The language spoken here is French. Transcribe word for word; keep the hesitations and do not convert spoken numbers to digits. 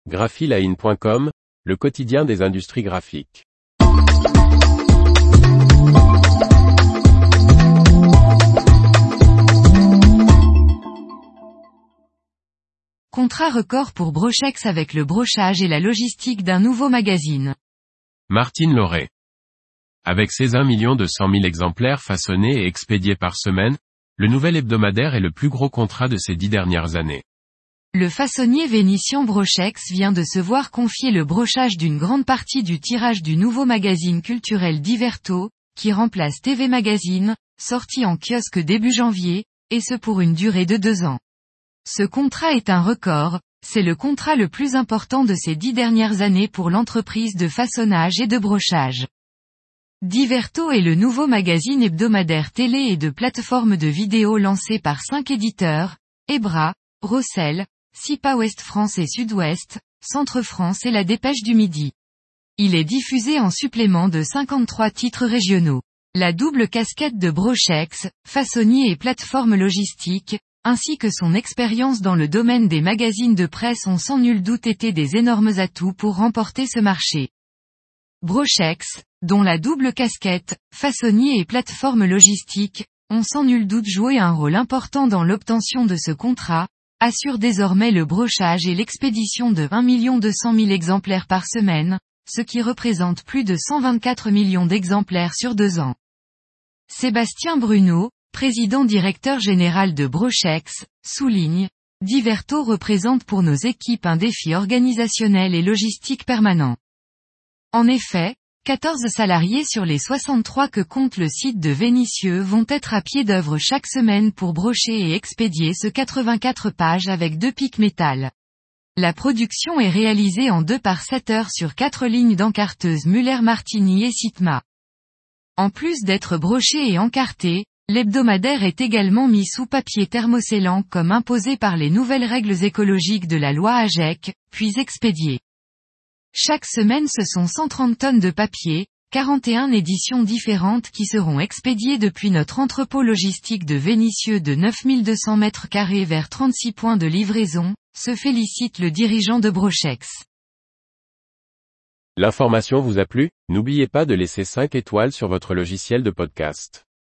graphiline point com, le quotidien des industries graphiques. Contrat record pour Brochex avec le brochage et la logistique d'un nouveau magazine. Martine Lauré. Avec ses un million deux cent mille exemplaires façonnés et expédiés par semaine, le nouvel hebdomadaire est le plus gros contrat de ces dix dernières années. Le façonnier vénitien Brochex vient de se voir confier le brochage d'une grande partie du tirage du nouveau magazine culturel Diverto, qui remplace T V Magazine, sorti en kiosque début janvier, et ce pour une durée de deux ans. Ce contrat est un record, c'est le contrat le plus important de ces dix dernières années pour l'entreprise de façonnage et de brochage. Diverto est le nouveau magazine hebdomadaire télé et de plateforme de vidéo lancé par cinq éditeurs, Ebra, Rossel, Sipa Ouest France et Sud-Ouest, Centre France et La Dépêche du Midi. Il est diffusé en supplément de cinquante-trois titres régionaux. La double casquette de Brochex, façonnier et plateforme logistique, ainsi que son expérience dans le domaine des magazines de presse ont sans nul doute été des énormes atouts pour remporter ce marché. Brochex, dont la double casquette, façonnier et plateforme logistique, ont sans nul doute joué un rôle important dans l'obtention de ce contrat, assure désormais le brochage et l'expédition de un million deux cent mille exemplaires par semaine, ce qui représente plus de cent vingt-quatre millions d'exemplaires sur deux ans. Sébastien Bruno, président-directeur général de Brochex, souligne, Diverto représente pour nos équipes un défi organisationnel et logistique permanent. En effet, quatorze salariés sur les soixante-trois que compte le site de Vénissieux vont être à pied d'œuvre chaque semaine pour brocher et expédier ce quatre-vingt-quatre pages avec deux pics métal. La production est réalisée en deux par sept heures sur quatre lignes d'encarteuses Muller-Martini et Sitma. En plus d'être broché et encarté, l'hebdomadaire est également mis sous papier thermoscellant comme imposé par les nouvelles règles écologiques de la loi A G E C, puis expédié. Chaque semaine ce sont cent trente tonnes de papier, quarante et un éditions différentes qui seront expédiées depuis notre entrepôt logistique de Vénissieux de neuf mille deux cents mètres carrés vers trente-six points de livraison, se félicite le dirigeant de Brochex. L'information vous a plu? N'oubliez pas de laisser cinq étoiles sur votre logiciel de podcast.